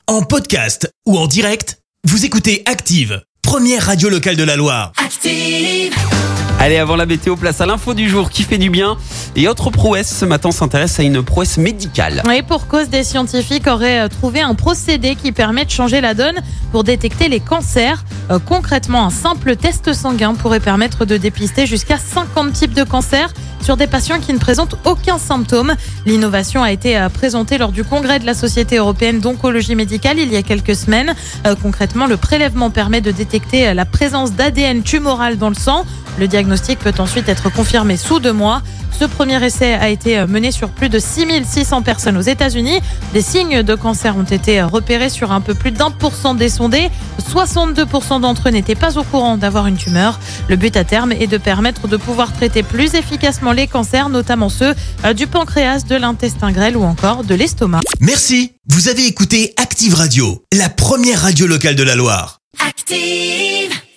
En podcast ou en direct, vous écoutez Active, première radio locale de la Loire. Active. Allez, avant la météo, place à l'info du jour qui fait du bien. Et autre prouesse, ce matin, on s'intéresse à une prouesse médicale. Oui, pour cause, des scientifiques auraient trouvé un procédé qui permet de changer la donne pour détecter les cancers. Concrètement, un simple test sanguin pourrait permettre de dépister jusqu'à 50 types de cancers sur des patients qui ne présentent aucun symptôme. L'innovation a été présentée lors du congrès de la Société européenne d'oncologie médicale il y a quelques semaines. Concrètement, le prélèvement permet de détecter la présence d'ADN tumoral dans le sang. Le diagnostic peut ensuite être confirmé sous 2 mois. Ce premier essai a été mené sur plus de 6600 personnes aux États-Unis. Des signes de cancer ont été repérés sur un peu plus d'1% des sondés. 62% d'entre eux n'étaient pas au courant d'avoir une tumeur. Le but à terme est de permettre de pouvoir traiter plus efficacement les cancers, notamment ceux du pancréas, de l'intestin grêle ou encore de l'estomac. Merci, vous avez écouté Active Radio, la première radio locale de la Loire. Active.